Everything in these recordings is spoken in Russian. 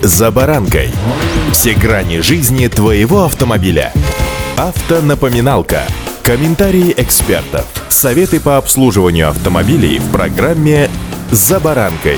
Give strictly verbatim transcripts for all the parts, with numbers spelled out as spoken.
«За баранкой». Все грани жизни твоего автомобиля. Автонапоминалка. Комментарии экспертов. Советы по обслуживанию автомобилей в программе «За баранкой».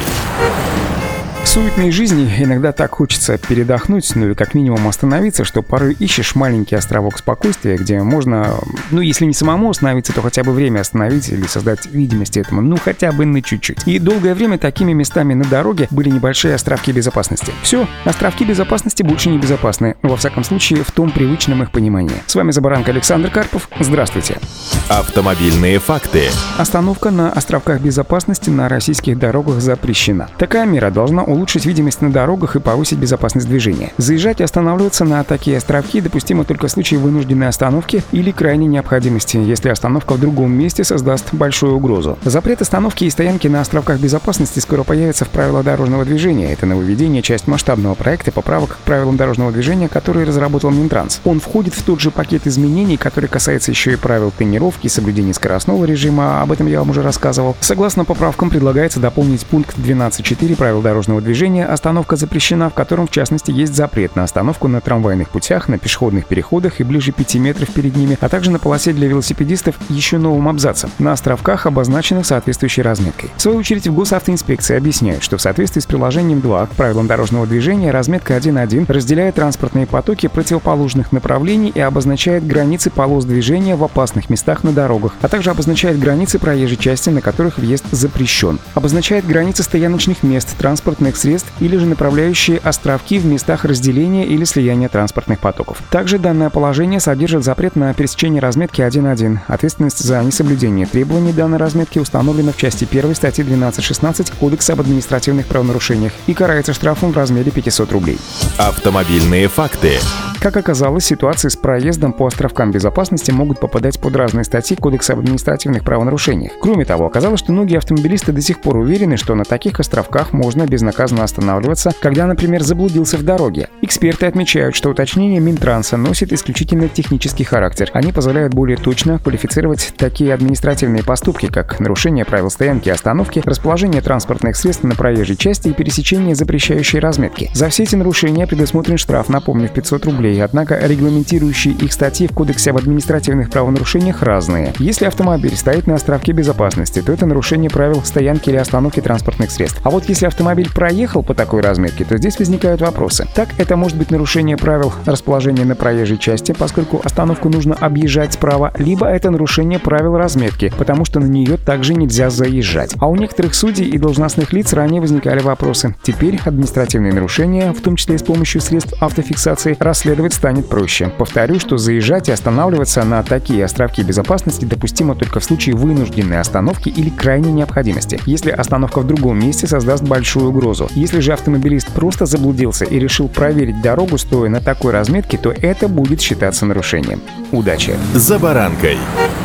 В суетной жизни иногда так хочется передохнуть, ну и как минимум остановиться, что порой ищешь маленький островок спокойствия, где можно, ну если не самому остановиться, то хотя бы время остановить или создать видимость этому, ну хотя бы на чуть-чуть. И долгое время такими местами на дороге были небольшие островки безопасности. Все, островки безопасности больше не безопасны, во всяком случае в том привычном их понимании. С вами «За баранкой» Александр Карпов. Здравствуйте. Автомобильные факты. Остановка на островках безопасности на российских дорогах запрещена. Такая мера должна улучшить видимость на дорогах и повысить безопасность движения. Заезжать и останавливаться на такие островки допустимо только в случае вынужденной остановки или крайней необходимости, если остановка в другом месте создаст большую угрозу. Запрет остановки и стоянки на островках безопасности скоро появится в правилах дорожного движения. Это нововведение — часть масштабного проекта поправок к правилам дорожного движения, который разработал Минтранс. Он входит в тот же пакет изменений, который касается еще и правил тонировки и соблюдения скоростного режима. Об этом я вам уже рассказывал. Согласно поправкам предлагается дополнить пункт двенадцать точка четыре правил дорожного движения «Остановка запрещена», в котором, в частности, есть запрет на остановку на трамвайных путях, на пешеходных переходах и ближе пяти метров перед ними, а также на полосе для велосипедистов еще новым абзацем на островках, обозначенных соответствующей разметкой. В свою очередь, в госавтоинспекции объясняют, что в соответствии с приложением два к правилам дорожного движения разметка один точка один разделяет транспортные потоки противоположных направлений и обозначает границы полос движения в опасных местах на дорогах, а также обозначает границы проезжей части, на которых въезд запрещен. Обозначает границы стояночных мест, транспортных средств или же направляющие островки в местах разделения или слияния транспортных потоков. Также данное положение содержит запрет на пересечение разметки один точка один. Ответственность за несоблюдение требований данной разметки установлена в части первой статьи двенадцать шестнадцать Кодекса об административных правонарушениях и карается штрафом в размере пятьсот рублей. Автомобильные факты. Как оказалось, ситуации с проездом по островкам безопасности могут попадать под разные статьи Кодекса об административных правонарушениях. Кроме того, оказалось, что многие автомобилисты до сих пор уверены, что на таких островках можно безнаказанно останавливаться, когда, например, заблудился в дороге. Эксперты отмечают, что уточнения Минтранса носят исключительно технический характер. Они позволяют более точно квалифицировать такие административные поступки, как нарушение правил стоянки и остановки, расположение транспортных средств на проезжей части и пересечение запрещающей разметки. За все эти нарушения предусмотрен штраф, напомню, в пятьсот рублей. Однако регламентирующие их статьи в Кодексе об административных правонарушениях разные. Если автомобиль стоит на островке безопасности, то это нарушение правил стоянки или остановки транспортных средств. А вот если автомобиль проехал по такой разметке, то здесь возникают вопросы. Так, это может быть нарушение правил расположения на проезжей части, поскольку остановку нужно объезжать справа, либо это нарушение правил разметки, потому что на нее также нельзя заезжать. А у некоторых судей и должностных лиц ранее возникали вопросы. Теперь административные нарушения, в том числе и с помощью средств автофиксации, расследовать станет проще. Повторю, что заезжать и останавливаться на такие островки безопасности допустимо только в случае вынужденной остановки или крайней необходимости, если остановка в другом месте создаст большую угрозу. Если же автомобилист просто заблудился и решил проверить дорогу, стоя на такой разметке, то это будет считаться нарушением. Удачи! «За баранкой».